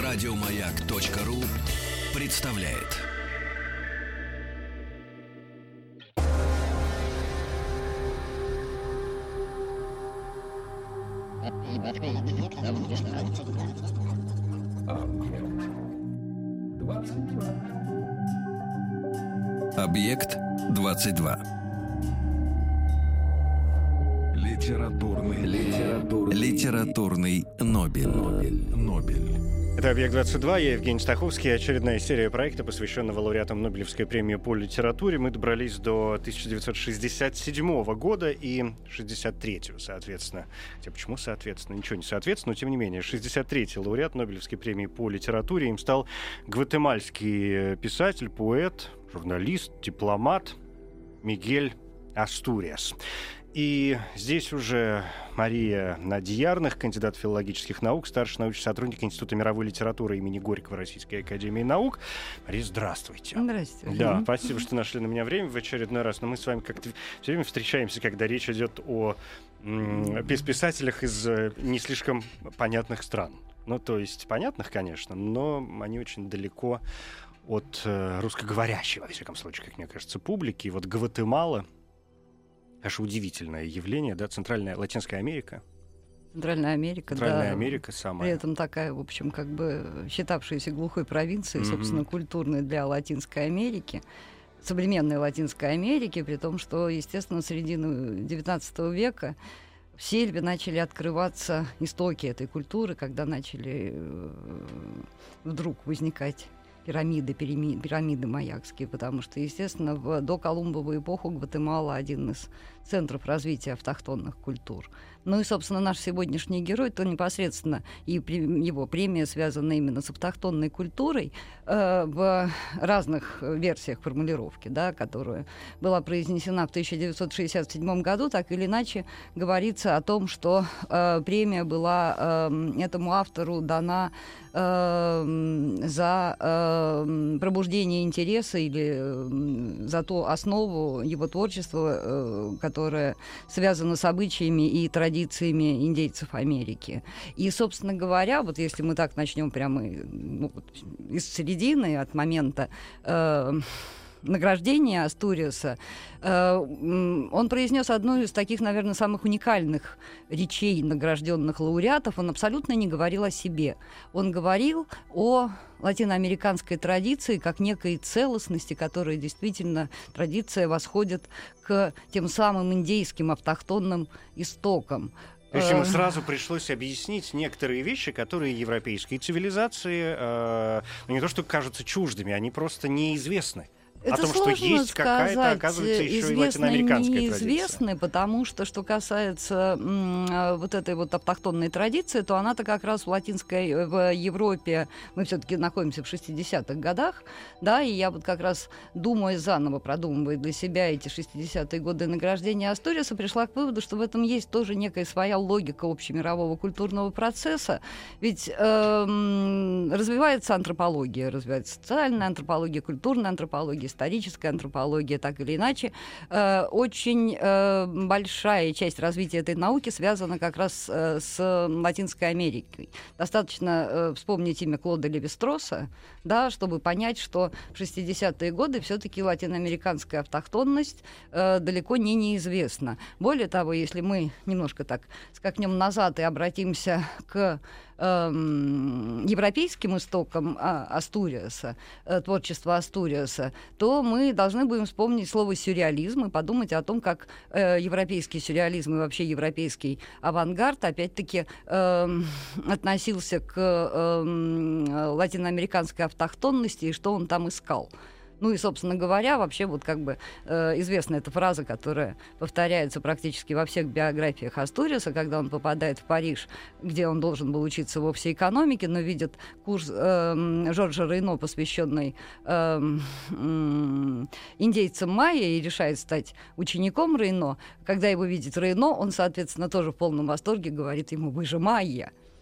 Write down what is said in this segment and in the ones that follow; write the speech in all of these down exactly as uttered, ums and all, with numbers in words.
Радиомаяк.ру представляет. Объект двадцать два. Литературный, литературный, литературный Нобель. Нобель. Нобель. Это «Объект двадцать два», я Евгений Стаховский. Очередная серия проекта, посвященного лауреатам Нобелевской премии по литературе. Мы добрались до тысяча девятьсот шестьдесят седьмого года и шестьдесят третьего, соответственно. Хотя почему соответственно? Ничего не соответственно, но тем не менее. шестьдесят третий лауреат Нобелевской премии по литературе. Им стал гватемальский писатель, поэт, журналист, дипломат Мигель Астуриас. И здесь уже Мария Надьярных, кандидат филологических наук, старший научный сотрудник Института мировой литературы имени Горького Российской академии наук. Мария, здравствуйте. Здравствуйте. Да, спасибо, что нашли на меня время в очередной раз. Но мы с вами как-то все время встречаемся, когда речь идет о м- писателях из не слишком понятных стран. Ну, то есть понятных, конечно, но они очень далеко от э, русскоговорящей, во всяком случае, как мне кажется, публики. И вот Гватемала — аж удивительное явление, да, Центральная Латинская Америка. Центральная Америка, Центральная да. Америка самая. При этом такая, в общем, как бы считавшаяся глухой провинцией, mm-hmm. собственно, культурной для Латинской Америки, современной Латинской Америки, при том, что, естественно, в середину девятнадцатого века в сельве начали открываться истоки этой культуры, когда начали э, вдруг возникать пирамиды, пирамиды маякские, потому что, естественно, в доколумбовую эпоху Гватемала один из центров развития автохтонных культур. Ну и, собственно, наш сегодняшний герой, то непосредственно и его премия связана именно с автохтонной культурой э, в разных версиях формулировки, да, которая была произнесена в тысяча девятьсот шестьдесят седьмом году, так или иначе говорится о том, что э, премия была э, этому автору дана э, за э, пробуждение интереса или э, за ту основу его творчества, э, которая связана с обычаями и традициями индейцев Америки. И, собственно говоря, вот если мы так начнем прямо ну, вот, из середины, от момента э, награждения Астуриаса, э, он произнес одну из таких, наверное, самых уникальных речей награжденных лауреатов. Он абсолютно не говорил о себе. Он говорил о латиноамериканской традиции как некой целостности, которая действительно, традиция восходит к тем самым индейским автохтонным истокам. То есть ему сразу пришлось объяснить некоторые вещи, которые европейской цивилизации э, ну, не то что кажутся чуждыми, они просто неизвестны. Это о том, что есть какая-то, оказывается, еще и латиноамериканская неизвестны, традиция. Потому что, что касается м, вот этой вот автохтонной традиции, то она-то как раз в латинской, в Европе, мы все-таки находимся в шестидесятых годах, да, и я вот как раз, думая заново, продумывая для себя эти шестидесятые годы награждения Астуриаса, пришла к выводу, что в этом есть тоже некая своя логика общемирового культурного процесса, ведь э, развивается антропология, развивается социальная антропология, культурная антропология, историческая антропология, так или иначе. Э, очень э, большая часть развития этой науки связана как раз э, с Латинской Америкой. Достаточно э, вспомнить имя Клода Левистроса, да, чтобы понять, что в шестидесятые годы все-таки латиноамериканская автохтонность э, далеко не неизвестна. Более того, если мы немножко так скакнем назад и обратимся к европейским истокам Астуриаса, творчества Астуриаса, то мы должны будем вспомнить слово «сюрреализм» и подумать о том, как европейский сюрреализм и вообще европейский авангард опять-таки относился к латиноамериканской автохтонности и что он там искал. Ну и, собственно говоря, вообще вот как бы э, известна эта фраза, которая повторяется практически во всех биографиях Астуриаса, когда он попадает в Париж, где он должен был учиться вовсе экономике, но видит курс э, Жоржа Рейно, посвященный э, э, индейцам майя, и решает стать учеником Рейно. Когда его видит Рейно, он, соответственно, тоже в полном восторге говорит ему: «Вы же майя».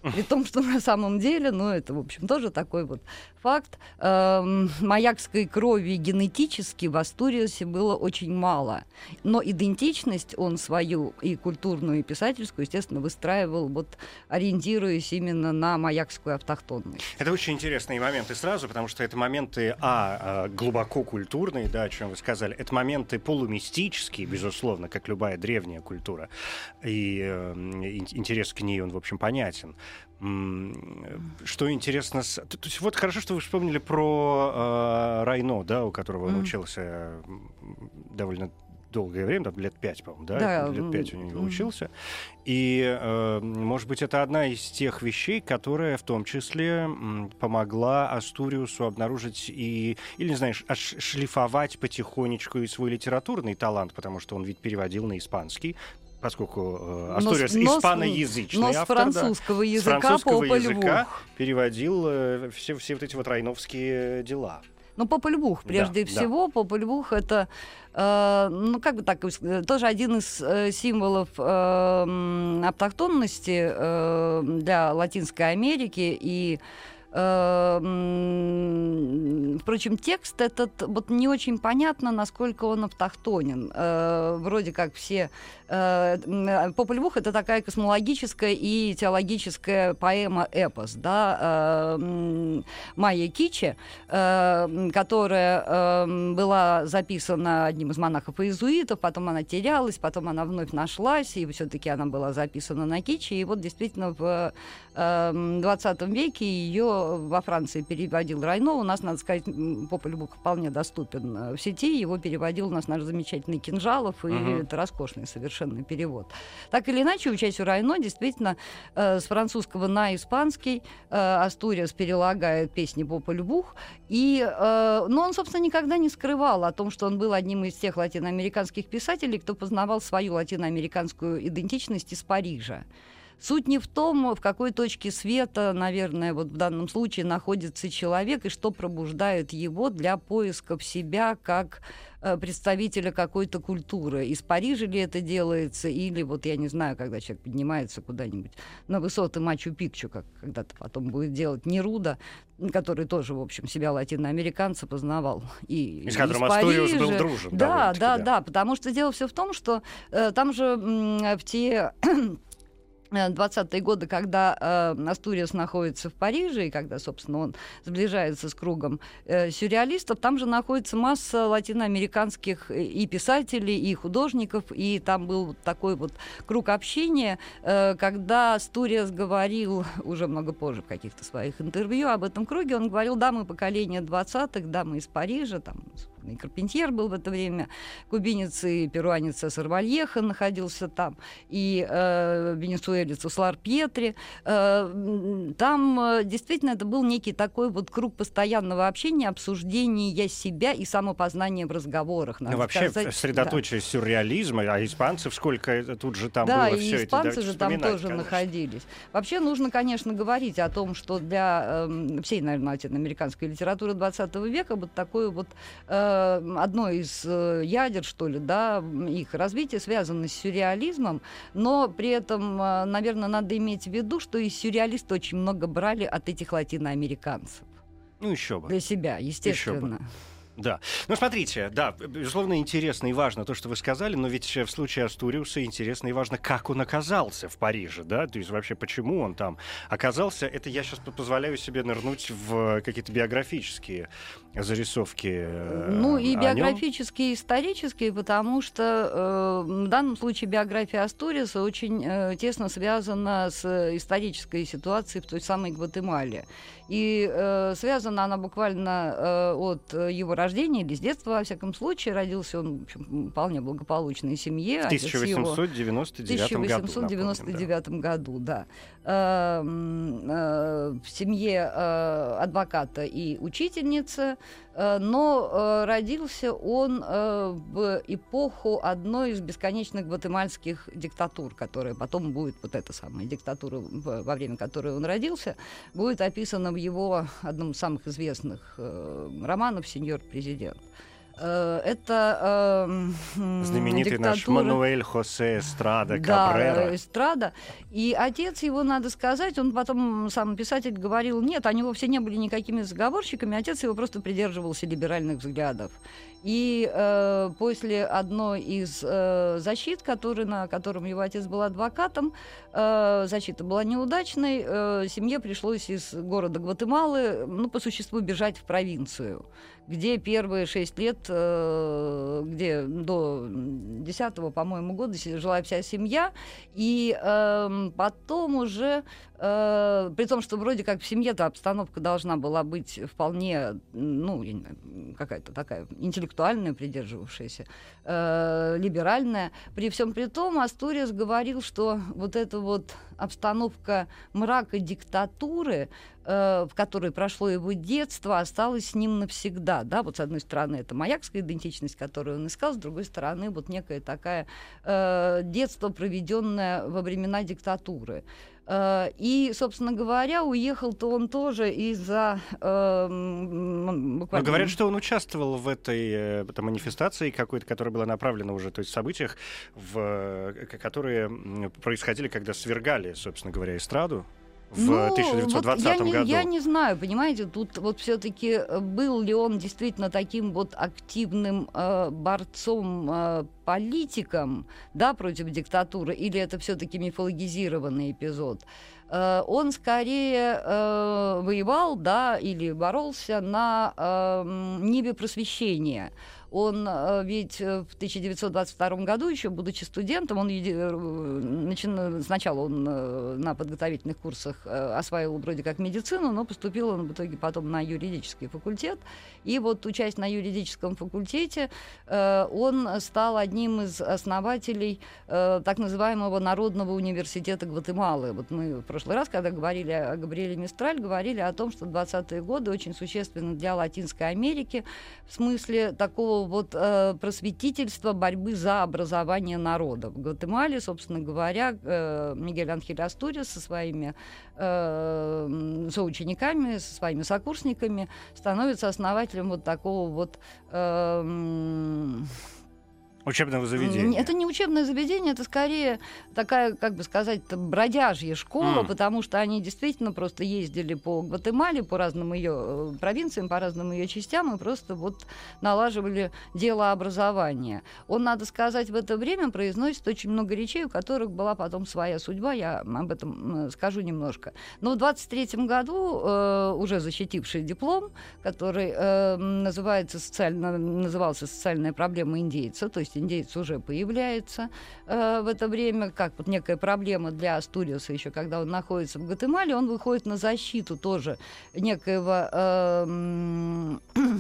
При том, что на самом деле, ну, это, в общем, тоже такой вот факт, э, маякской крови генетически в Астуриусе было очень мало. Но идентичность он свою и культурную, и писательскую, естественно, выстраивал, вот, ориентируясь именно на маякскую автохтонность. Это очень интересные моменты сразу, потому что это моменты, а, глубоко культурные, да, о чем вы сказали, это моменты полумистические, безусловно, как любая древняя культура, и э, интерес к ней, он, в общем, понятен. Что интересно... С... То есть вот хорошо, что вы вспомнили про э, Райно, да, у которого он mm. учился довольно долгое время, там лет пять, по-моему, да? да? Лет пять у него mm. учился. И, э, может быть, это одна из тех вещей, которая в том числе м, помогла Астуриусу обнаружить и, или, не знаешь, шлифовать потихонечку и свой литературный талант, потому что он ведь переводил на испанский, поскольку э, Астуриус но, испаноязычный но с автор, французского да, языка, с французского языка Попа переводил э, все, все вот эти вот райновские дела. Ну, Попа Львух, прежде да, всего. Да. Попа Львух — это, э, ну, как бы так, тоже один из э, символов э, автохтонности э, для Латинской Америки. И впрочем, текст этот вот не очень понятно, насколько он автохтонен. Э, вроде как все... Э, Попа Львух — это такая космологическая и теологическая поэма-эпос, да, э, Майя Кичи, э, которая э, была записана одним из монахов-иезуитов, потом она терялась, потом она вновь нашлась, и все-таки она была записана на кичи. И вот действительно в э, двадцатом веке ее во Франции переводил Райно. У нас, надо сказать, Попа Львух вполне доступен в сети. Его переводил у нас наш замечательный Кинжалов, и uh-huh. это роскошный совершенно перевод. Так или иначе, учась у Райно, действительно, э, с французского на испанский э, Астуриус перелагает песни Попа Львух. И, э, но он, собственно, никогда не скрывал о том, что он был одним из тех латиноамериканских писателей, кто познавал свою латиноамериканскую идентичность из Парижа. Суть не в том, в какой точке света, наверное, вот в данном случае находится человек и что пробуждает его для поисков себя как э, представителя какой-то культуры. Из Парижа ли это делается, или вот я не знаю, когда человек поднимается куда-нибудь на высоты Мачу-Пикчу, как когда-то потом будет делать Неруда, который тоже, в общем, себя латиноамериканца познавал. И, и с которым Астуриус был дружен. Да, да, да, да, потому что дело все в том, что э, там же м, в те... двадцатые годы, когда э, Астуриус находится в Париже, и когда, собственно, он сближается с кругом э, сюрреалистов, там же находится масса латиноамериканских и писателей, и художников, и там был вот такой вот круг общения, э, когда Астуриус говорил, уже много позже в каких-то своих интервью об этом круге, он говорил: да, мы поколение двадцатых, да, мы из Парижа, там и Карпентьер был в это время, кубинец и перуанец Цесар Вальеха находился там, и э, венесуэлец Услар Пьетри. Э, там э, действительно это был некий такой вот круг постоянного общения, обсуждения себя и самопознания в разговорах. Ну, вообще, сказать, средоточие да. сюрреализма, а испанцев сколько тут же там да, было и все это. испанцы же там тоже конечно. находились. Вообще нужно, конечно, говорить о том, что для э, всей, наверное, латиноамериканской литературы двадцатого века вот такой вот э, одно из э, ядер, что ли, да, их развития связано с сюрреализмом, но при этом, э, наверное, надо иметь в виду, что и сюрреалисты очень много брали от этих латиноамериканцев. Ну, еще бы. Для себя, естественно. Еще бы. Да. Ну, смотрите, да, безусловно, интересно и важно то, что вы сказали, но ведь в случае Астуриуса интересно и важно, как он оказался в Париже, да, то есть вообще почему он там оказался. Это я сейчас позволяю себе нырнуть в какие-то биографические зарисовки. Ну, и биографические, и исторические, потому что э, в данном случае биография Астуриуса очень э, тесно связана с исторической ситуацией в той самой Гватемале. И э, связана она буквально э, от его рождения или с детства, во всяком случае. Родился он, в общем, вполне благополучной семье. В тысяча восемьсот девяносто девятом году. В тысяча восемьсот девяносто девятом году, да. Э, э, в семье э, адвоката и учительницы, э, но э, родился он э, в эпоху одной из бесконечных гватемальских диктатур, которая потом будет, вот эта самая диктатура, во время которой он родился, будет описана в его одном из самых известных э, романов «Сеньор президент». Это э, знаменитый диктатура... наш Мануэль Хосе Эстрада да, Кабрера. Эстрада. И отец его, надо сказать, он потом, сам писатель, говорил, нет, они вовсе не были никакими заговорщиками, отец его просто придерживался либеральных взглядов. И э, после одной из э, защит, который, на котором его отец был адвокатом, э, защита была неудачной, э, семье пришлось из города Гватемалы, ну, по существу, бежать в провинцию, где первые шесть лет, э, где до десятого, по-моему, года жила вся семья, и э, потом уже, э, при том, что вроде как в семье-то обстановка должна была быть вполне, ну, какая-то такая интеллектуальная, придерживавшаяся, э, либеральная, при всем при том Астурияс говорил, что вот эта вот обстановка мрака диктатуры, в которой прошло его детство, осталось с ним навсегда. Да? Вот с одной стороны, это маякская идентичность, которую он искал, с другой стороны, вот некое такое э, детство, проведенное во времена диктатуры. Э, и, собственно говоря, уехал-то он тоже из-за... Э, буквально... Но говорят, что он участвовал в этой, этой манифестации какой-то, которая была направлена уже, то есть в событиях, в, которые происходили, когда свергали, собственно говоря, эстраду. В ну, тысяча девятьсот двадцатом вот я году. Не, я не знаю, понимаете, тут вот все-таки был ли он действительно таким вот активным э, борцом, э, политиком, да, против диктатуры, или это все-таки мифологизированный эпизод. Э, он скорее э, воевал, да, или боролся на э, ниве просвещения. Он э, ведь в тысяча девятьсот двадцать втором году, еще будучи студентом, он э, начин... сначала он э, на подготовительных курсах э, осваивал вроде как медицину, но поступил он в итоге потом на юридический факультет. И вот, учась на юридическом факультете, э, он стал одним из основателей э, так называемого Народного университета Гватемалы. Вот мы в прошлый раз, когда говорили о Габриэле Мистраль, говорили о том, что двадцатые годы очень существенны для Латинской Америки в смысле такого вот э, просветительства, борьбы за образование народа. В Гватемале, собственно говоря, э, Мигель Анхель Астурияс со своими э, соучениками, со своими сокурсниками становится основателем вот такого вот... Э, Учебного заведения. Это не учебное заведение, это скорее такая, как бы сказать, бродяжья школа, mm. потому что они действительно просто ездили по Гватемале, по разным ее провинциям, по разным ее частям и просто вот налаживали дело образования. Он, надо сказать, в это время произносит очень много речей, у которых была потом своя судьба, я об этом скажу немножко. Но в двадцать третьем году, э, уже защитивший диплом, который э, называется социально, назывался «Социальная проблема индейца», то есть индейец уже появляется э, в это время, как вот некая проблема для Астуриаса еще, когда он находится в Гватемале, он выходит на защиту тоже некоего э,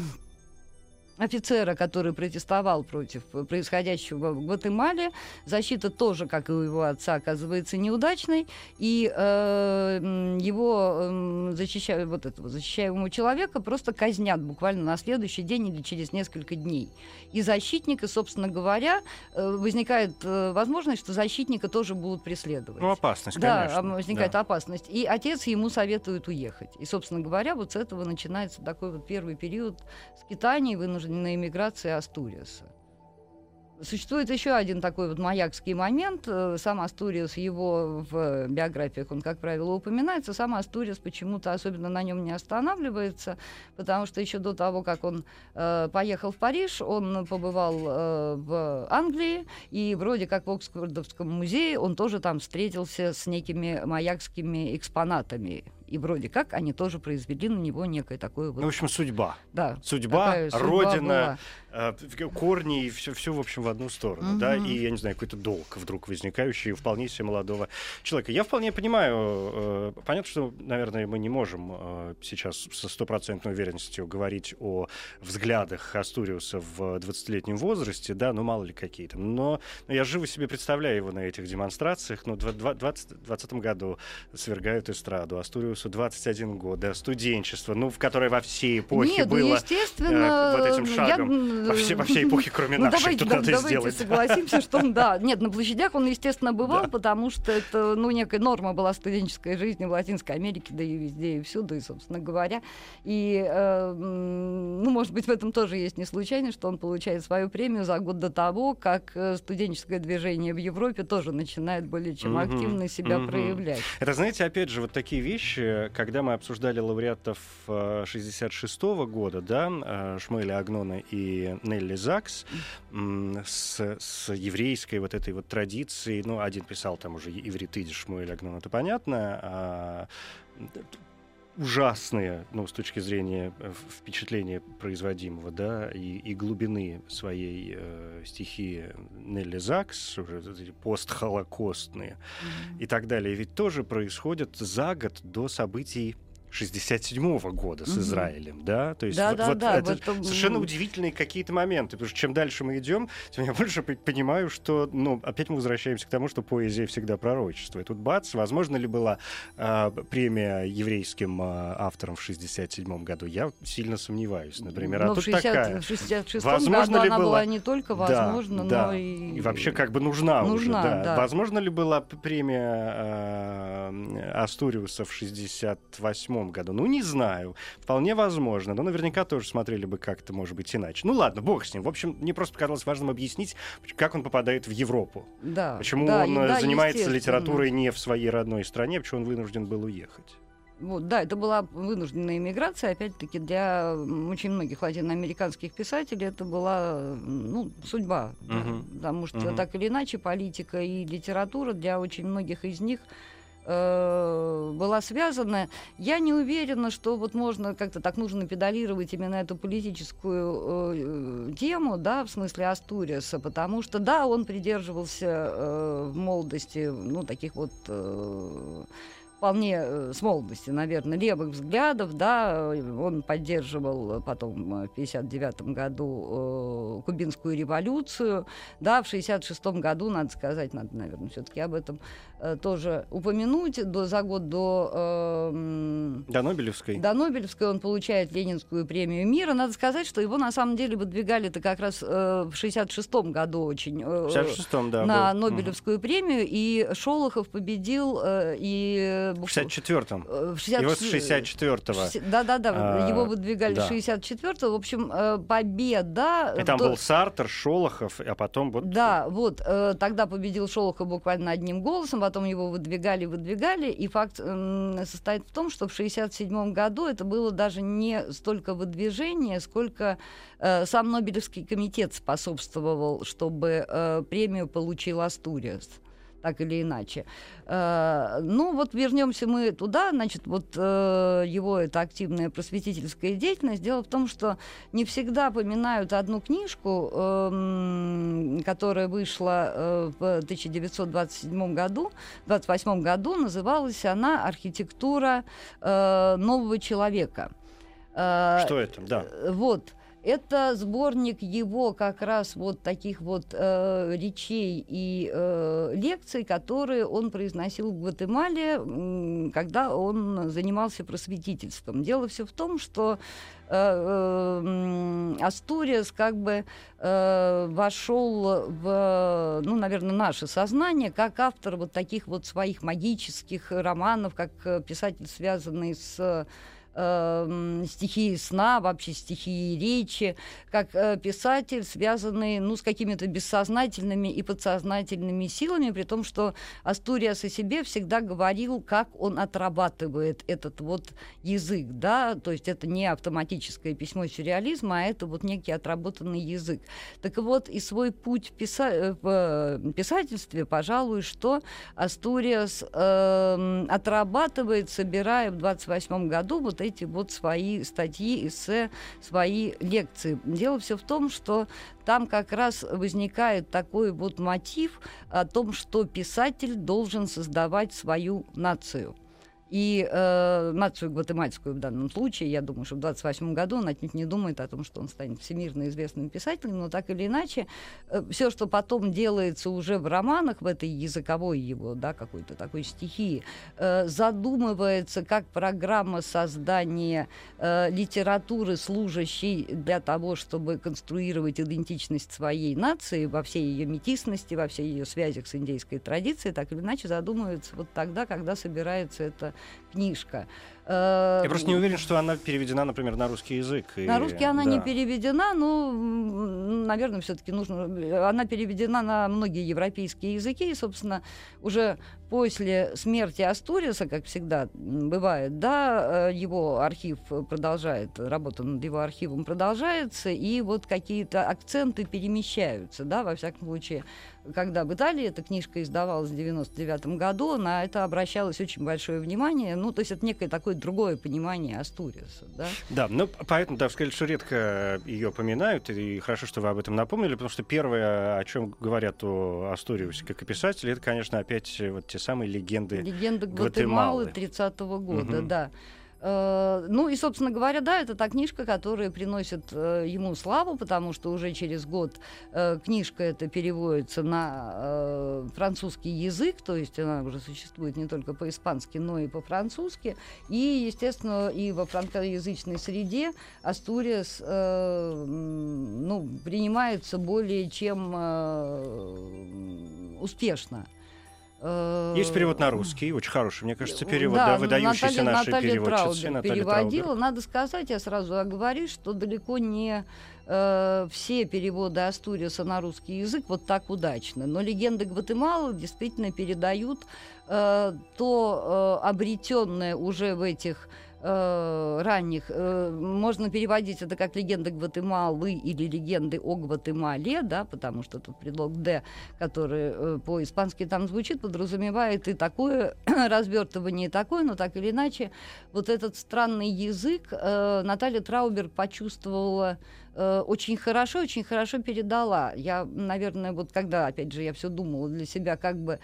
офицера, который протестовал против происходящего в Гватемале. Защита тоже, как и у его отца, оказывается неудачной, и э, его э, защищая, вот этого защищаемого человека просто казнят буквально на следующий день или через несколько дней. И защитника, собственно говоря, э, возникает э, возможность, что защитника тоже будут преследовать. Ну, опасность, да, конечно. Да, возникает да. опасность. И отец ему советует уехать. И, собственно говоря, вот с этого начинается такой вот первый период скитаний, вынужденной эмиграции Астуриаса. Существует еще один такой вот маякский момент. Сам Астуриас, его в биографиях, он, как правило, упоминается. Сам Астуриас почему-то особенно на нем не останавливается, потому что еще до того, как он э, поехал в Париж, он побывал э, в Англии, и вроде как в Оксфордовском музее он тоже там встретился с некими маякскими экспонатами. И вроде как они тоже произвели на него некое такое вот... Ну, в общем, судьба. Да. Судьба, родина, э, корни, и все, все, в общем, в одну сторону. Угу. Да, и, я не знаю, какой-то долг вдруг возникающий у вполне себе молодого человека. Я вполне понимаю, э, понятно, что, наверное, мы не можем э, сейчас со стопроцентной уверенностью говорить о взглядах Астуриуса в двадцатилетнем возрасте, да, ну, мало ли какие там. Но, но я живо себе представляю его на этих демонстрациях. Ну, в двадцатом году свергают эстраду. Астуриус двадцать один год, да, студенчество, ну, в которое во все эпохи Нет, было ну, естественно, э, вот этим шагом. Я Во всей, во всей эпохе, кроме ну, нашей, давайте, тут да, надо давайте сделать. согласимся, что он, да, нет, на площадях он, естественно, бывал, Да. потому что это, ну, некая норма была студенческой жизни в Латинской Америке, да и везде, и всюду, и, собственно говоря. И, э, ну, может быть, в этом тоже есть не случайно, что он получает свою премию за год до того, как студенческое движение в Европе тоже начинает более чем Мгм, активно себя мгм. проявлять. Это, знаете, опять же, вот такие вещи, когда мы обсуждали лауреатов э, шестьдесят шестого года, да, э, Шмуэля Агнона и Нелли Закс, м, с, с еврейской вот этой вот традицией, ну, один писал там уже иврит-идиш, Шмуэль Агнон, это понятно, а, ужасные, ну, с точки зрения впечатления производимого, да, и, и глубины своей э, стихии Нелли Закс, уже эти постхолокостные Mm-hmm. и так далее, ведь тоже происходят за год до событий шестьдесят седьмого года с Мгм. Израилем, да? То есть Да, вот, да, вот да, это в этом- совершенно удивительные какие-то моменты, потому что чем дальше мы идем, тем я больше п- понимаю, что, ну, опять мы возвращаемся к тому, что поэзия всегда пророчествует. Тут бац, возможно ли была а, премия еврейским а, авторам в шестьдесят седьмом году? Я сильно сомневаюсь, например. Но а в тут шестьдесят такая. в шестьдесят шестом Возможно году ли она было- была не только Да, возможна, да. но и... И вообще как бы нужна, Нужна, уже, да. да. Возможно ли была п- премия э, Астуриуса в шестьдесят восьмом году? Ну, не знаю. Вполне возможно. Но наверняка тоже смотрели бы как-то, может быть, иначе. Ну, ладно, бог с ним. В общем, мне просто показалось важным объяснить, как он попадает в Европу. Да, Почему да, он и э, да, занимается естественно. литературой не в своей родной стране, почему он вынужден был уехать. Вот, да, это была вынужденная иммиграция, опять-таки, для м, очень многих латиноамериканских писателей это была, ну, судьба, да, Мгм. потому что Мгм. так или иначе политика и литература для очень многих из них э, была связана. Я не уверена, что вот можно как-то так нужно педалировать именно эту политическую э, тему, да, в смысле Астуриаса, потому что, да, он придерживался э, в молодости, ну, таких вот... Э, вполне э, с молодости, наверное, левых взглядов, да, он поддерживал потом э, в пятьдесят девятом году э, кубинскую революцию, да, в шестьдесят шестом году, надо сказать, надо, наверное, все-таки об этом э, тоже упомянуть, до, за год до... Э, До Нобелевской? До Нобелевской он получает Ленинскую премию мира. Надо сказать, что его на самом деле выдвигали-то как раз э, в шестьдесят шестом году очень э, В шестьдесят шестом, да. на был. Нобелевскую премию, и Шолохов победил, э, и... Мгм. В шестьдесят четвертом. э, в шестьдесят Его с шестьдесят четвертого. Да-да-да, А, его выдвигали да. с шестьдесят четвертого. В общем, э, победа... И там в то- был Сартер, Шолохов, а потом вот... Да, вот, э, тогда победил Шолохов буквально одним голосом, потом его выдвигали, выдвигали, и факт э, состоит в том, что в шестьдесят седьмом году это было даже не столько выдвижение, сколько э, сам Нобелевский комитет способствовал, чтобы э, премию получил Астуриас. Так или иначе. Э, ну, вот вернемся мы туда. Значит, вот э, его эта активная просветительская деятельность. Дело в том, что не всегда поминают одну книжку, э, которая вышла э, в тысяча девятьсот двадцать седьмом году, двадцать восьмом году. Называлась она «Архитектура э, нового человека». Э, Что это? Да. Вот. Это сборник его как раз вот таких вот э, речей и э, лекций, которые он произносил в Гватемале, м, когда он занимался просветительством. Дело все в том, что э, э, Астуриас как бы э, вошел в, ну, наверное, наше сознание как автор вот таких вот своих магических романов, как писатель, связанный с стихии сна, вообще стихии речи, как э, писатель, связанный, ну, с какими-то бессознательными и подсознательными силами, при том, что Астуриас о себе всегда говорил, как он отрабатывает этот вот язык, да, то есть это не автоматическое письмо сюрреализма, а это вот некий отработанный язык. Так вот, и свой путь в, писа- в писательстве, пожалуй, что Астуриас э, отрабатывает, собирая в двадцать восьмом году вот эти вот свои статьи, эссе, свои лекции. Дело все в том, что там как раз возникает такой вот мотив о том, что писатель должен создавать свою нацию. И э, нацию гватемальскую в данном случае, я думаю, что в двадцать восьмом году он отнюдь не думает о том, что он станет всемирно известным писателем, но так или иначе, э, все, что потом делается уже в романах, в этой языковой его, да, какой-то такой стихии, э, задумывается как программа создания э, литературы, служащей для того, чтобы конструировать идентичность своей нации во всей ее метисности, во всей ее связях с индейской традицией, так или иначе задумывается вот тогда, когда собирается эта книжка. Я просто не уверен, что она переведена, например, на русский язык. И... На русский она да. не переведена, но, наверное, все-таки нужно... Она переведена на многие европейские языки, и, собственно, уже после смерти Астуриаса, как всегда бывает, да, его архив продолжает, работа над его архивом продолжается, и вот какие-то акценты перемещаются, да, во всяком случае. Когда в Италии эта книжка издавалась в девяносто девятом году, на это обращалось очень большое внимание. Ну, то есть это некое такое другое понимание Астуриаса. Да, да, ну, поэтому, да, сказали, что редко ее поминают, и хорошо, что вы об этом напомнили, потому что первое, о чем говорят о Астуриусе как о писателе, это, конечно, опять вот те самые легенды Легенда Гватемалы тридцатого года, угу. да. Ну и, собственно говоря, да, это та книжка, которая приносит э, ему славу, потому что уже через год э, книжка эта переводится на э, французский язык, то есть она уже существует не только по-испански, но и по-французски. И, естественно, и во франкоязычной среде Астуриас э, ну, принимается более чем э, успешно. Есть перевод на русский, очень хороший, мне кажется, перевод, да, да выдающийся Наталья, нашей Наталья переводчицы. Траубер Наталья переводила. Траубер. Надо сказать, я сразу оговорюсь, что далеко не э, все переводы Астуриаса на русский язык вот так удачны. Но легенды Гватемалы действительно передают э, то э, обретенное уже в этих ранних, можно переводить это как легенды Гватемалы или легенды о Гватемале, да, потому что тут предлог «д», который по-испански там звучит, подразумевает и такое развертывание, и такое, но так или иначе вот этот странный язык Наталья Траубер почувствовала очень хорошо, очень хорошо передала. Я, наверное, вот когда, опять же, я все думала для себя, как бы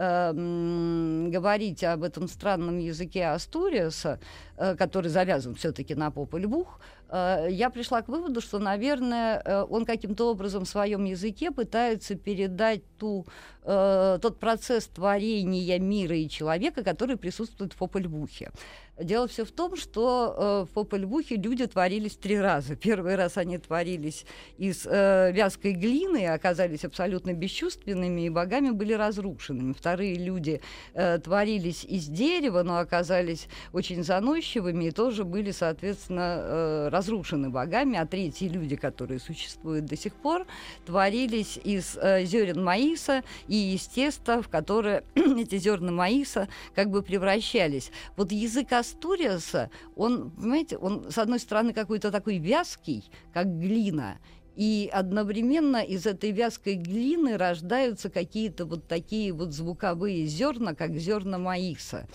э, говорить об этом странном языке Астуриаса, э, который завязан все-таки на Попель Vuh, э, я пришла к выводу, что, наверное, э, он каким-то образом в своем языке пытается передать ту, э, тот процесс творения мира и человека, который присутствует в Попель Vuh. Дело все в том, что э, в Попель Vuh люди творились три раза. Первый раз они творились из э, вязкой глины и оказались абсолютно бесчувственными, и богами были разрушенными. Вторые люди э, творились из дерева, но оказались очень заносчивыми и тоже были, соответственно, э, разрушены богами. А третьи люди, которые существуют до сих пор, творились из э, зерен маиса и из теста, в которое эти зерна маиса как бы превращались. Вот язык Астуриаса, он, понимаете, он, с одной стороны, какой-то такой вязкий, как глина, и одновременно из этой вязкой глины рождаются какие-то вот такие вот звуковые зерна, как зерна маиса.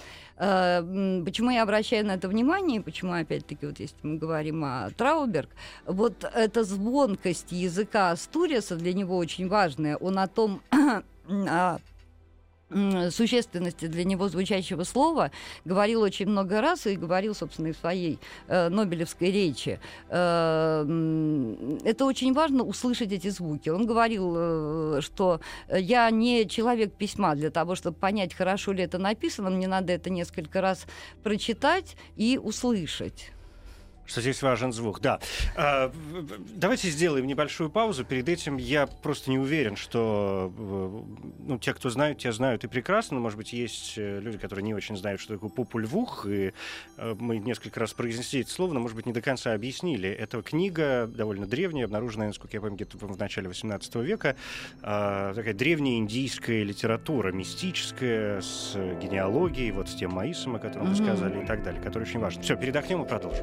Почему я обращаю на это внимание, почему, опять-таки, вот если мы говорим о Траубер, вот эта звонкость языка Астуриаса для него очень важная. Он о том, о существенности для него звучащего слова говорил очень много раз и говорил, собственно, и в своей э, нобелевской речи. Э, это очень важно услышать эти звуки. Он говорил, э, что я не человек письма. Для того, чтобы понять, хорошо ли это написано, мне надо это несколько раз прочитать и услышать. Что здесь важен звук, да. А, давайте сделаем небольшую паузу. Перед этим я просто не уверен, что ну, те, кто знают, те знают и прекрасно. Может быть, есть люди, которые не очень знают, что такое Попель Vuh. И мы несколько раз произнесли это слово, но, может быть, не до конца объяснили. Это книга довольно древняя, обнаруженная, насколько я помню, где-то в начале восемнадцатого века. А, такая древняя индийская литература, мистическая, с генеалогией, вот с тем маисом, о котором вы сказали, и так далее, который очень важен. Все, передохнем и продолжим.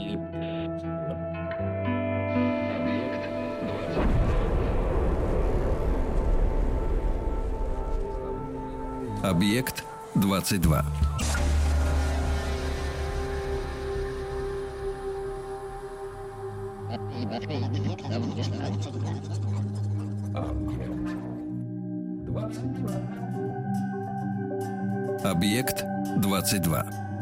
Объект двадцать два. Объект двадцать два.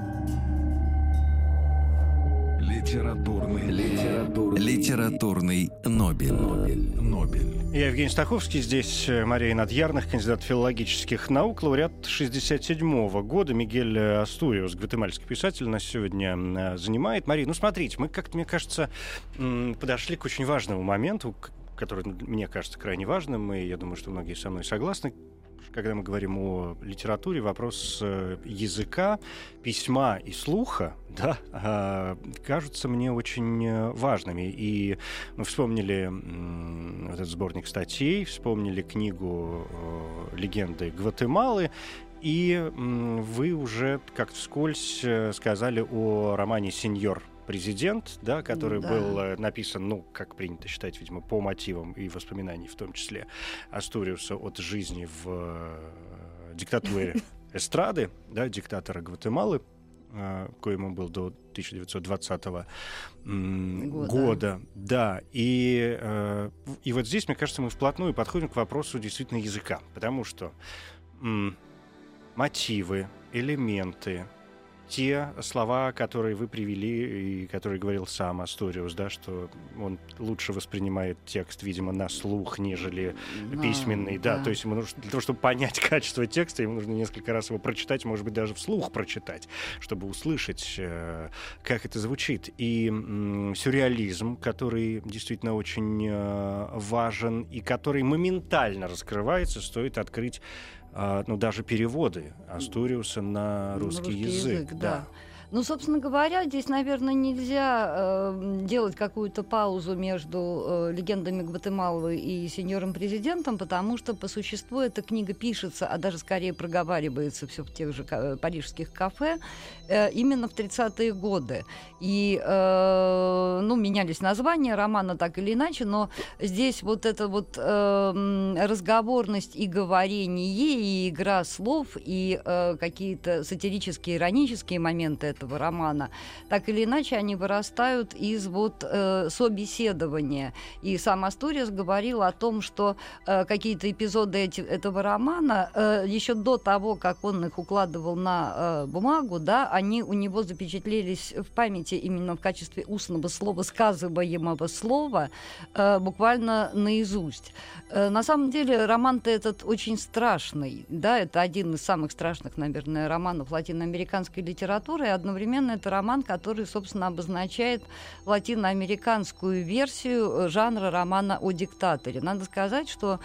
Литературный, литературный, литературный Нобель. Нобель. Нобель. Я Евгений Стаховский, здесь Мария Надьярных, кандидат филологических наук, лауреат шестьдесят седьмого года. Мигель Астуриус, гватемальский писатель, нас сегодня занимает. Мария, ну смотрите, мы как-то, мне кажется, подошли к очень важному моменту, который мне кажется крайне важным, и я думаю, что многие со мной согласны. Когда мы говорим о литературе, вопрос языка, письма и слуха, да, кажутся мне очень важными. И мы вспомнили вот этот сборник статей, вспомнили книгу «Легенды Гватемалы», и вы уже как-то вскользь сказали о романе «Сеньор президент», да, который да. был написан, ну, как принято считать, видимо, по мотивам и воспоминаний, в том числе Астуриуса, от жизни в диктатуре эстрады, да, диктатора Гватемалы, коим он был до тысяча девятьсот двадцатого года. года. Да, и, и вот здесь, мне кажется, мы вплотную подходим к вопросу действительно языка, потому что м- мотивы, элементы, те слова, которые вы привели и которые говорил сам Астуриус, да, что он лучше воспринимает текст, видимо, на слух, нежели no, письменный. Да, да, то есть ему нужно, для того, чтобы понять качество текста, ему нужно несколько раз его прочитать, может быть, даже вслух прочитать, чтобы услышать, э, как это звучит. И э, сюрреализм, который действительно очень э, важен и который моментально раскрывается, стоит открыть ну, даже переводы Астуриуса на русский, русский язык. язык да. Да. Ну, собственно говоря, здесь, наверное, нельзя э, делать какую-то паузу между э, «Легендами Гватемалы» и «Сеньором президентом», потому что, по существу, эта книга пишется, а даже скорее проговаривается все в тех же ка- парижских кафе, э, именно в тридцатые годы. И, э, ну, менялись названия романа так или иначе, но здесь вот эта вот э, разговорность и говорение, и игра слов, и э, какие-то сатирические, иронические моменты этого романа, так или иначе они вырастают из вот э, собеседования. И сам Астуриус говорил о том, что э, какие-то эпизоды эти, этого романа э, еще до того, как он их укладывал на э, бумагу, да, они у него запечатлелись в памяти именно в качестве устного слова, сказываемого слова, э, буквально наизусть. Э, на самом деле роман-то этот очень страшный, да, это один из самых страшных, наверное, романов латиноамериканской литературы, и одновременно это роман, который, собственно, обозначает латиноамериканскую версию жанра романа о диктаторе. Надо сказать, что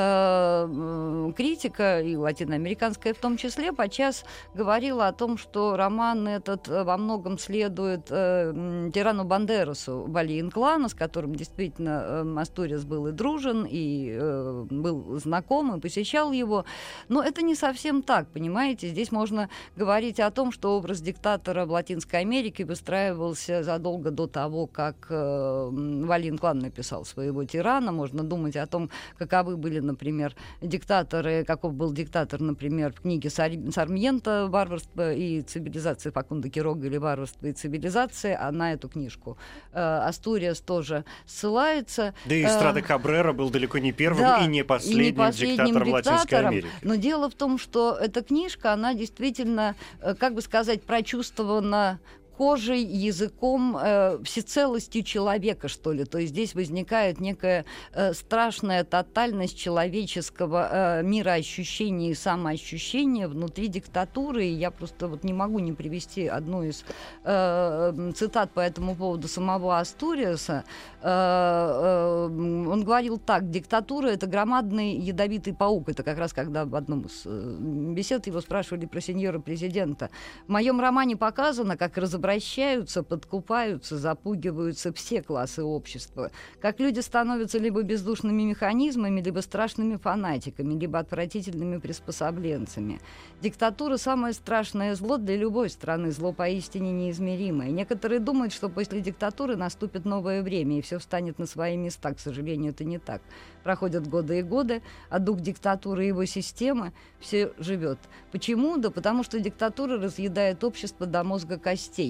э, критика, и латиноамериканская в том числе, подчас говорила о том, что роман этот во многом следует э, тирану Бандерасу Валье-Инклана, с которым действительно э, Астуриус был и дружен, и э, был знаком, и посещал его. Но это не совсем так, понимаете? Здесь можно говорить о том, что образ диктатора в Латинской Америке выстраивался задолго до того, как э, Валье-Инклан написал своего тирана. Можно думать о том, каковы были, например, диктаторы, каков был диктатор, например, в книге Сар- Сармьенто «Варварство и цивилизация» Факунда Кирога или «Варварство и цивилизация», а на эту книжку э, Астуриус тоже ссылается. Да и Эстрада Кабрера был далеко не первым да, и не последним, и не последним диктатором, диктатором Латинской Америки. Но дело в том, что эта книжка, она действительно, э, как бы сказать, прочувствована кожей, языком, э, всецелостью человека, что ли. То есть здесь возникает некая э, страшная тотальность человеческого э, мироощущения и самоощущения внутри диктатуры. И я просто вот не могу не привести одну из э, цитат по этому поводу самого Астуриуса. Э, э, он говорил так: диктатура — это громадный ядовитый паук. Это как раз когда в одном из э, бесед его спрашивали про сеньора президента. В моем романе показано, как разобраться Обращаются, подкупаются, запугиваются все классы общества. Как люди становятся либо бездушными механизмами, либо страшными фанатиками, либо отвратительными приспособленцами. Диктатура — самое страшное зло для любой страны, зло поистине неизмеримое. Некоторые думают, что после диктатуры наступит новое время, и все встанет на свои места. К сожалению, это не так. Проходят годы и годы, а дух диктатуры и его системы все живет. Почему? Да потому что диктатура разъедает общество до мозга костей.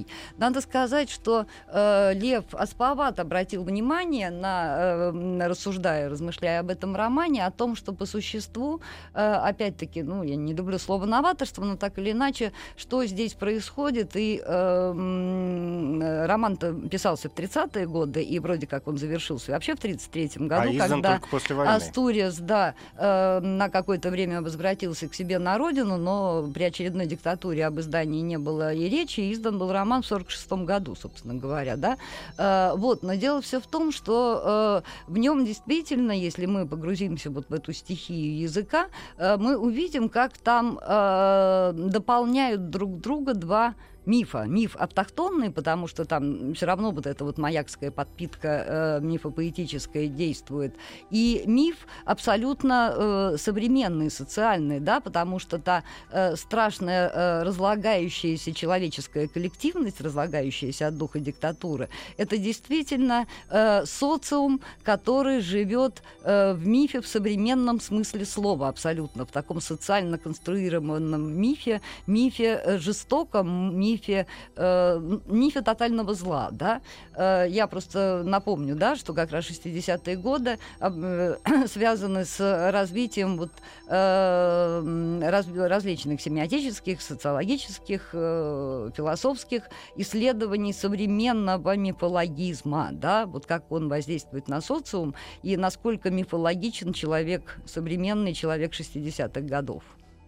Надо сказать, что э, Лев Аспават обратил внимание, на, э, рассуждая, размышляя об этом романе, о том, что по существу, э, опять-таки, ну, я не люблю слово новаторство, но так или иначе, что здесь происходит, и э, роман-то писался в тридцатые годы, и вроде как он завершился вообще в тридцать третьем году, а когда после войны. Астуриас, да, э, на какое-то время возвратился к себе на родину, но при очередной диктатуре об издании не было и речи, и издан был роман в сорок шестом году, собственно говоря, да. Э, вот, но дело все в том, что э, в нем действительно, если мы погрузимся вот в эту стихию языка, э, мы увидим, как там э, дополняют друг друга два мифа. Миф автохтонный, потому что там все равно вот эта вот маякская подпитка э, мифопоэтическая действует. И миф абсолютно э, современный, социальный, да, потому что та э, страшная э, разлагающаяся человеческая коллективность, разлагающаяся от духа диктатуры, это действительно э, социум, который живет э, в мифе в современном смысле слова, абсолютно, в таком социально конструированном мифе, мифе э, жестоком, мифе Мифе, э, мифе тотального зла, да. Э, я просто напомню, да, что как раз шестидесятые годы э, связаны с развитием вот, э, раз, различных семиотических, социологических, э, философских исследований современного мифологизма, да, вот как он воздействует на социум и насколько мифологичен человек, современный человек шестидесятых годов.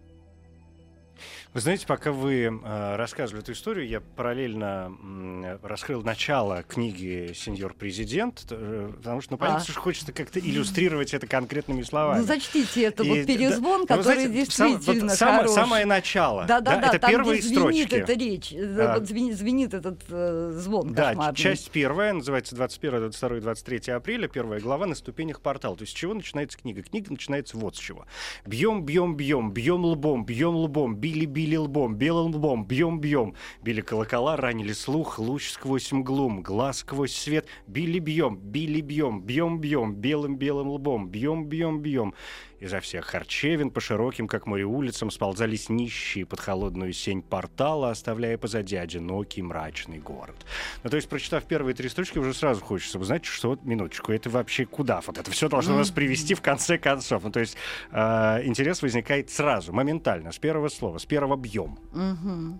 Вы знаете, пока вы э, рассказывали эту историю, я параллельно э, раскрыл начало книги «Сеньор президент», э, потому что, ну, понятно, а. что хочется как-то иллюстрировать это конкретными словами. Ну, зачтите, это и, вот перезвон, да, который знаете, действительно сам, хорош. Вот, самое начало, да, да, да, это там, первые где звенит строчки. Эта речь, а. вот звенит, звенит этот э, звон да, кошмарный. Часть первая, называется двадцать первое, двадцать второе, двадцать третье апреля, первая глава «На ступенях портала». То есть с чего начинается книга? Книга начинается вот с чего. Бьем, бьем, бьем, бьем лбом, бьем лбом, били, били лбом, белым лбом, бьем-бьем. Били колокола, ранили слух, луч сквозь мглу, глаз сквозь свет. Били-бьем, били-бьем, бьем-бьем, белым-белым лбом, бьем-бьем-бьем. Изо всех харчевин по широким, как море, улицам сползались нищие под холодную сень портала, оставляя позади одинокий мрачный город. Ну, то есть, прочитав первые три строчки, уже сразу хочется, вы знаете, что вот минуточку, это вообще куда? Вот это все должно нас привести в конце концов. Ну, то есть, э, интерес возникает сразу, моментально, с первого слова, с первого бьем. Mm-hmm.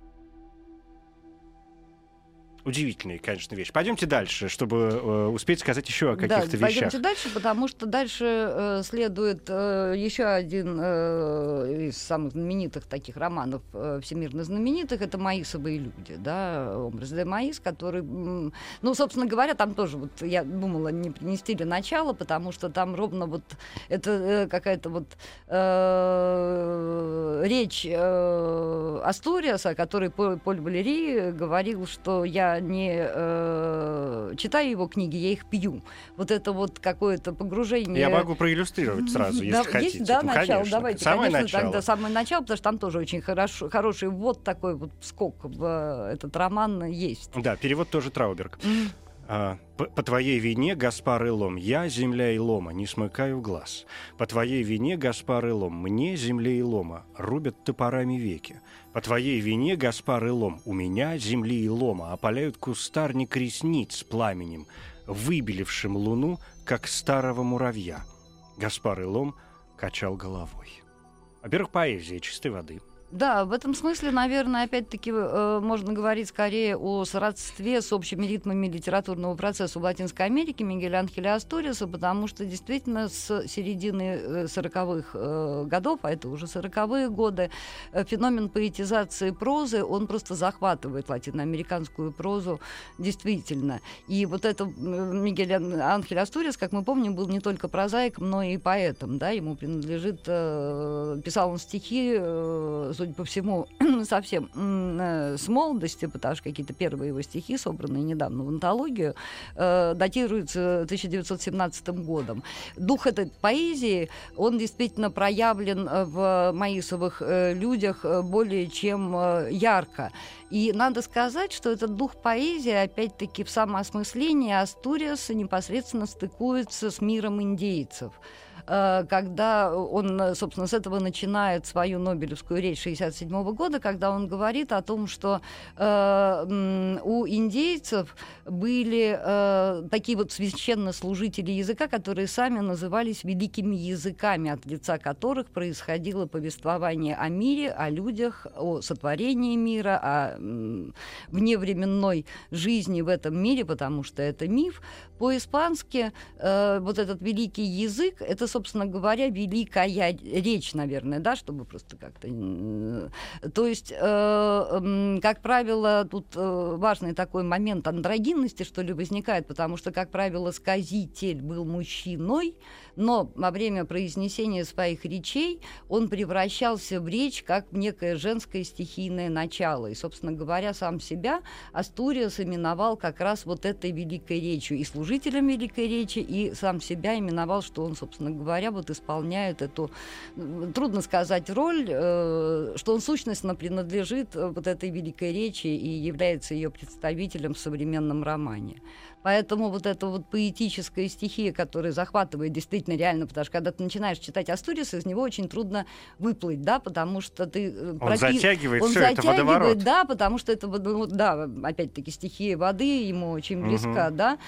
Удивительные, конечно, вещи. Пойдемте дальше, чтобы э, успеть сказать еще о каких-то да, вещах. Пойдемте дальше, потому что дальше э, следует э, еще один э, из самых знаменитых таких романов, э, всемирно знаменитых, это «Маисовые люди», да, образ де Маис, который, м, ну, собственно говоря, там тоже вот я думала, не принести ли начало, потому что там ровно вот это э, какая-то вот э, речь э, Астуриаса, о которой Поль Валери говорил, что я не э, читаю его книги, я их пью. Вот это вот какое-то погружение. Я могу проиллюстрировать сразу, если да, хотите. Есть, да, ну, начало. конечно. Давайте, самое конечно, начало. тогда самое начало, потому что там тоже очень хорошо, хороший ввод такой вот скок в э, этот роман есть. Да, перевод тоже Трауберг. Mm. А, по, по твоей вине, Гаспар Илом, я, земля Илома, не смыкаю глаз. По твоей вине, Гаспар Илом, мне, земле Илома, рубят топорами веки. По твоей вине, Гаспар Илом, у меня, земли Илома, опаляют кустарник ресниц пламенем, выбелившим луну, как старого муравья. Гаспар Илом качал головой. Во-первых, поэзия чистой воды. Да, в этом смысле, наверное, опять-таки э, можно говорить скорее о сродстве с общими ритмами литературного процесса в Латинской Америке Мигеля Анхеля Астуриаса, потому что действительно с середины сороковых э, годов, а это уже сороковые годы, э, феномен поэтизации прозы, он просто захватывает латиноамериканскую прозу действительно. И вот это Мигель Анхель Астуриас, как мы помним, был не только прозаиком, но и поэтом, да, ему принадлежит, э, писал он стихи, э, судя по всему, совсем э, с молодости, потому что какие-то первые его стихи, собранные недавно в антологию, э, датируются тысяча девятьсот семнадцатым годом. Дух этой поэзии, он действительно проявлен в маисовых э, людях более чем э, ярко. И надо сказать, что этот дух поэзии, опять-таки, в самоосмыслении Астуриаса непосредственно стыкуется с миром индейцев. когда он, собственно, с этого начинает свою Нобелевскую речь шестьдесят седьмого года, когда он говорит о том, что у индейцев были такие вот священнослужители языка, которые сами назывались великими языками, от лица которых происходило повествование о мире, о людях, о сотворении мира, о вневременной жизни в этом мире, потому что это миф. По-испански э, вот этот великий язык, это, собственно говоря, великая речь, наверное, да, чтобы просто как-то... Э, то есть, э, э, как правило, тут э, важный такой момент андрогинности, что ли, возникает, потому что, как правило, сказитель был мужчиной, но во время произнесения своих речей он превращался в речь как в некое женское стихийное начало. И, собственно говоря, сам себя Астуриас именовал как раз вот этой великой речью, и служителем великой речи, и сам себя именовал, что он, собственно говоря, вот исполняет эту, трудно сказать, роль, э, что он сущностно принадлежит вот этой великой речи и является ее представителем в современном романе. Поэтому вот эта вот поэтическая стихия, которая захватывает действительно реально, потому что когда ты начинаешь читать Астуриаса, из него очень трудно выплыть, да, потому что ты... Он пропи... затягивает он все затягивает, это водоворот. Да, потому что это, ну, да, опять-таки, стихия воды ему очень близка, угу. да,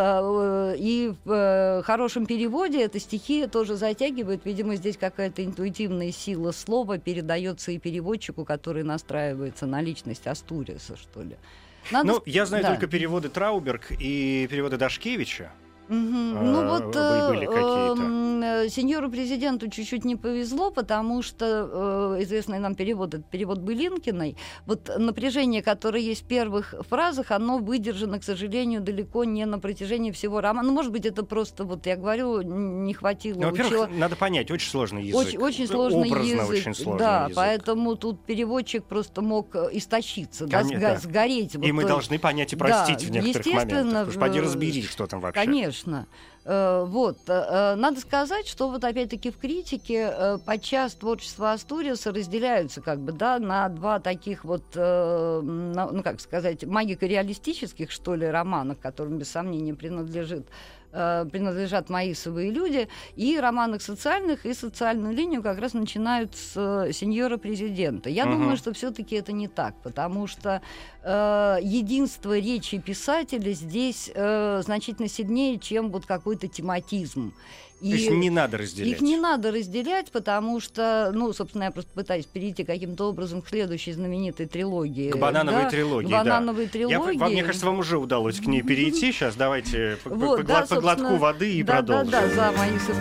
и в хорошем переводе эта стихия тоже затягивает, видимо, здесь какая-то интуитивная сила слова передается и переводчику, который настраивается на личность Астуриаса, что ли. Надо... Ну, я знаю да. только переводы Трауберг и переводы Дашкевича. Угу. Ну вот были э, э, сеньору президенту чуть-чуть не повезло, потому что э, известный нам перевод, это перевод Былинкиной, вот напряжение, которое есть в первых фразах, оно выдержано, к сожалению, далеко не на протяжении всего романа. Ну, может быть, это просто, вот я говорю, не хватило. Ну, во-первых, учила... надо понять, очень сложный язык. Очень, очень сложный Образно язык. очень сложный да, язык. Поэтому тут переводчик просто мог истощиться, да, сга- сгореть. И вот, мы должны понять и простить да, в некоторых моментах. Уж поди разбери, что там вообще. Конечно. Конечно. Вот. Надо сказать, что вот опять-таки в критике подчас творчество Астуриаса разделяются как бы, да, на два таких вот, ну как сказать, магико-реалистических, что ли, романах, которым без сомнения принадлежит принадлежат Маисовые люди, и романах социальных, и социальную линию как раз начинают с сеньора президента. Я uh-huh. думаю, что все-таки это не так, потому что э, единство речи писателя здесь э, значительно сильнее, чем вот какой-то тематизм. И то есть не надо разделять. Их не надо разделять, потому что, ну, собственно, я просто пытаюсь перейти каким-то образом к следующей знаменитой трилогии. К банановой да? трилогии, к банановой да. трилогии. Я, вам, мне кажется, вам уже удалось к ней перейти. Сейчас давайте по, вот, по, да, по глотку воды и да, продолжим. Да, да, за Маисов.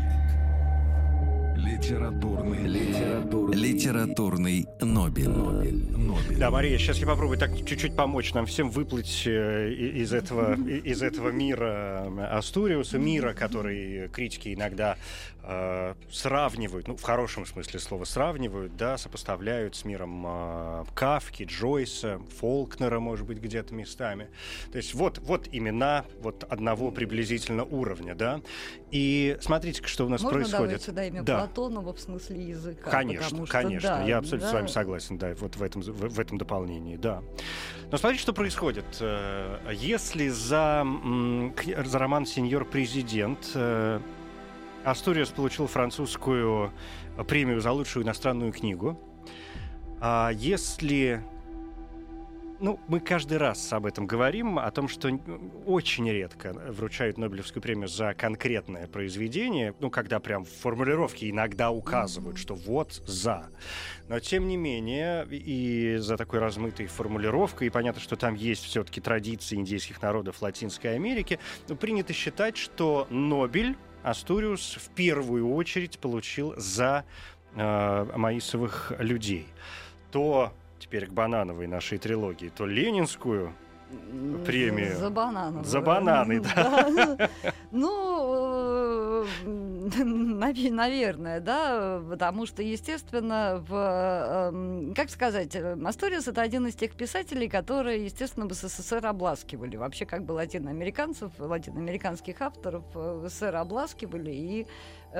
Литературный, литературный, литературный Нобель. Нобель. Нобель. Да, Мария, сейчас я попробую так чуть-чуть помочь нам всем выплыть э, из этого, из этого мира Астуриуса, мира, который критики иногда э, сравнивают, ну, в хорошем смысле слова сравнивают, да, сопоставляют с миром э, Кафки, Джойса, Фолкнера, может быть, где-то местами. То есть вот, вот имена вот одного приблизительно уровня, да. И смотрите-ка, что у нас Можно происходит. добавить сюда имя да. Платонова в смысле языка? Конечно, что, конечно. Да, я абсолютно да. с вами согласен, да, вот в этом, в, в этом дополнении, да. Но смотрите, что происходит. Если за, за роман «Сеньор президент» Астуриас получил французскую премию за лучшую иностранную книгу, а если... Ну, мы каждый раз об этом говорим, о том, что очень редко вручают Нобелевскую премию за конкретное произведение, ну, когда прям в формулировке иногда указывают, что вот «за». Но, тем не менее, и за такой размытой формулировкой, и понятно, что там есть все-таки традиции индейских народов Латинской Америки, но принято считать, что Нобель Астуриус в первую очередь получил за э, маисовых людей. То... Теперь к банановой нашей трилогии, то ленинскую премию. За бананы. За бананы, да. Ну, наверное, да, потому что, естественно, в, как сказать, Астуриас — это один из тех писателей, которые, естественно, в СССР обласкивали. Вообще, как бы латиноамериканцев, латиноамериканских авторов в СССР обласкивали, и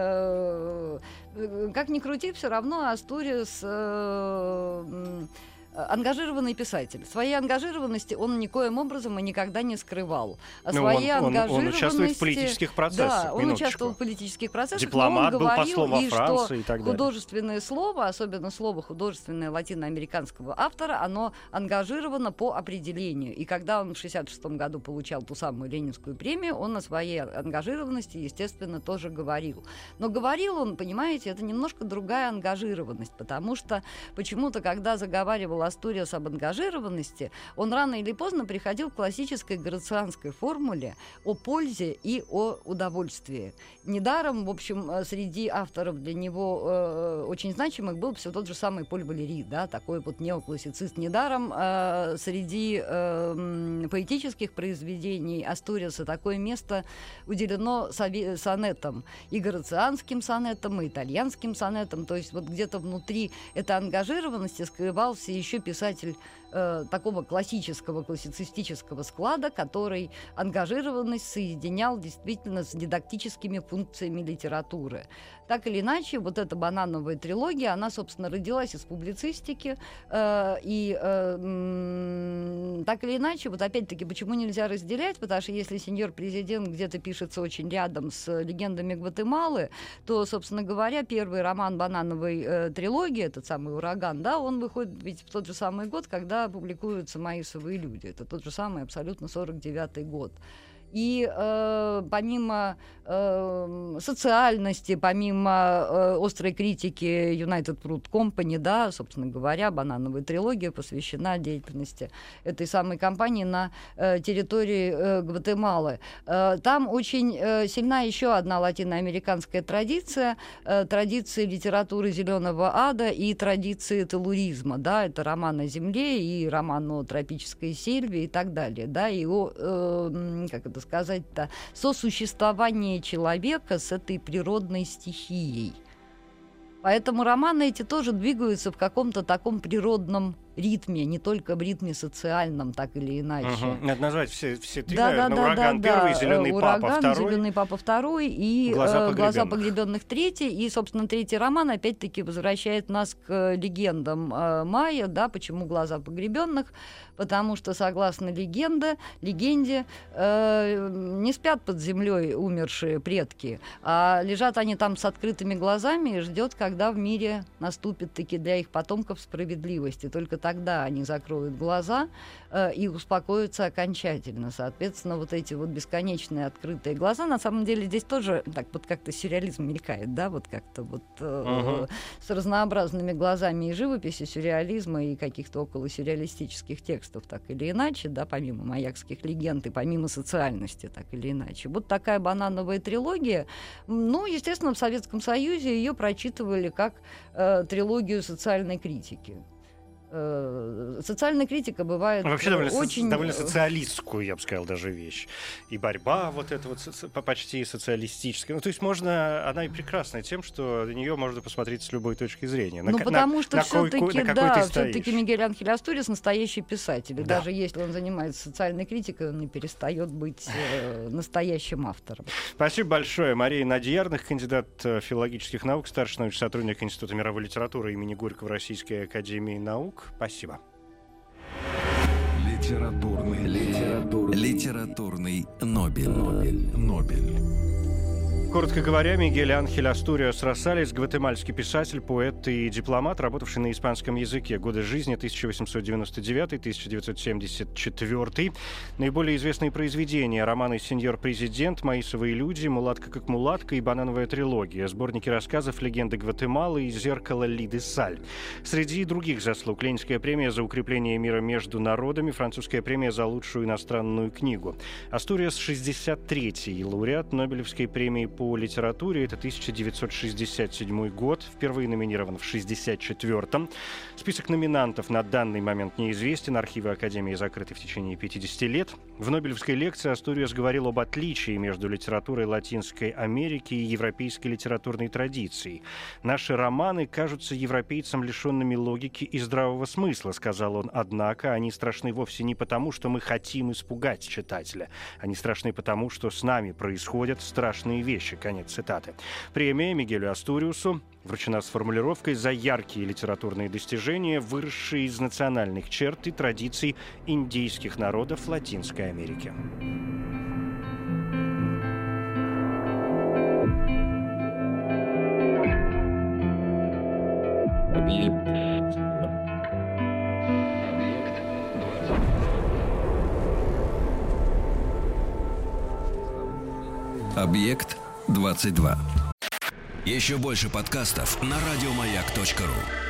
как ни крути, все равно Астуриас ангажированный писатель. Своей ангажированности он никоим образом и никогда не скрывал. А ну, своей он, ангажированности... Он участвует в политических процессах. Да, он минуточку. участвовал в политических процессах, Дипломат, но он был говорил, послом во и Франции что и так далее. Художественное слово, особенно слово художественное латиноамериканского автора, оно ангажировано по определению. И когда он в шестьдесят шестом году получал ту самую Ленинскую премию, он о своей ангажированности, естественно, тоже говорил. Но говорил он, понимаете, это немножко другая ангажированность, потому что почему-то, когда заговаривал Астуриас об ангажированности, он рано или поздно приходил к классической грацианской формуле о пользе и о удовольствии. Недаром, в общем, среди авторов для него э, очень значимых был все тот же самый Поль Валери, да, такой вот неоклассицист. Недаром э, среди э, поэтических произведений Астуриаса такое место уделено сове- сонетам, и грацианским сонетам, и итальянским сонетам, то есть вот где-то внутри этой ангажированности скрывался еще писатель э, такого классического, классицистического склада, который ангажированность соединял действительно с дидактическими функциями литературы. Так или иначе, вот эта банановая трилогия, она, собственно, родилась из публицистики, э, и э, м- так или иначе, вот опять-таки, почему нельзя разделять, потому что если «Сеньор президент» где-то пишется очень рядом с «Легендами Гватемалы», то, собственно говоря, первый роман банановой э, трилогии, этот самый «Ураган», да, он выходит ведь в тот же самый год, когда публикуются «Маисовые люди». Это тот же самый абсолютно сорок девятый год. И э, помимо э, социальности, помимо э, острой критики United Fruit Company, да, собственно говоря, банановая трилогия посвящена деятельности этой самой компании на э, территории э, Гватемалы. Э, там очень э, сильна еще одна латиноамериканская традиция, э, традиции литературы «Зеленого ада» и традиции телуризма, да, это роман о земле и роман о тропической сельве и так далее, да, и о, э, как это сказать-то, сосуществование человека с этой природной стихией. Поэтому романы эти тоже двигаются в каком-то таком природном ритме, не только в ритме социальном, так или иначе. Угу. Надо назвать все, все три, да, наверное, да, «Ураган» да, первый, да. «Зеленый «Ураган», папа» второй. «Зеленый папа» второй и «Глаза э, «Глаза погребенных». погребенных» третий. И, собственно, третий роман опять-таки возвращает нас к легендам э, майя. Да, почему «Глаза погребенных»? Потому что, согласно легенде, легенде, э, не спят под землей умершие предки, а лежат они там с открытыми глазами и ждет, когда в мире наступит таки для их потомков справедливость. И только тогда они закроют глаза э, и успокоятся окончательно. Соответственно, вот эти вот бесконечные открытые глаза, на самом деле здесь тоже так вот как-то сюрреализм мелькает, да, вот как-то вот э, uh-huh. с разнообразными глазами и живописи, сюрреализма и каких-то около сюрреалистических текстов, так или иначе, да, помимо маякских легенд и помимо социальности, так или иначе. Вот такая банановая трилогия. Ну, естественно, в Советском Союзе ее прочитывали как э, трилогию социальной критики. Социальная критика бывает вообще довольно, очень... со- довольно социалистскую, я бы сказал, даже вещь. И борьба вот эта вот со- почти социалистическая. Ну, то есть можно... Она и прекрасна тем, что на нее можно посмотреть с любой точки зрения. Ну, на, потому на, что на все-таки, кой, да, ты все-таки Мигель Анхель Астуриас настоящий писатель. И да. даже если он занимается социальной критикой, он не перестает быть э, настоящим автором. Спасибо большое. Мария Надьярных, кандидат филологических наук, старший научный сотрудник Института мировой литературы имени Горького Российской академии наук. Спасибо. Литературный, литературный, литературный Нобель. Нобель. Нобель. Коротко говоря, Мигель Анхель Астуриас Росалес, гватемальский писатель, поэт и дипломат, работавший на испанском языке. Годы жизни тысяча восемьсот девяносто девятый — тысяча девятьсот семьдесят четвёртый. Наиболее известные произведения — романы «Сеньор президент», «Маисовые люди», «Мулатка как мулатка» и «Банановая трилогия», сборники рассказов «Легенды Гватемалы» и «Зеркало Лиды Саль». Среди других заслуг — Ленинская премия за укрепление мира между народами, французская премия за лучшую иностранную книгу. Астуриас шестьдесят третий лауреат Нобелевской премии по литературе. Это тысяча девятьсот шестьдесят седьмой год. Впервые номинирован в шестьдесят четвёртом. Список номинантов на данный момент неизвестен. Архивы Академии закрыты в течение пятидесяти лет. В Нобелевской лекции Астуриас говорил об отличии между литературой Латинской Америки и европейской литературной традицией. «Наши романы кажутся европейцам лишенными логики и здравого смысла», — сказал он. «Однако они страшны вовсе не потому, что мы хотим испугать читателя. Они страшны потому, что с нами происходят страшные вещи. блестяще». Конец цитаты. Премия Мигелю Астуриусу вручена с формулировкой «за яркие литературные достижения, выросшие из национальных черт и традиций индейских народов Латинской Америки». Объект двадцать два. Еще больше подкастов на радиомаяк точка ру.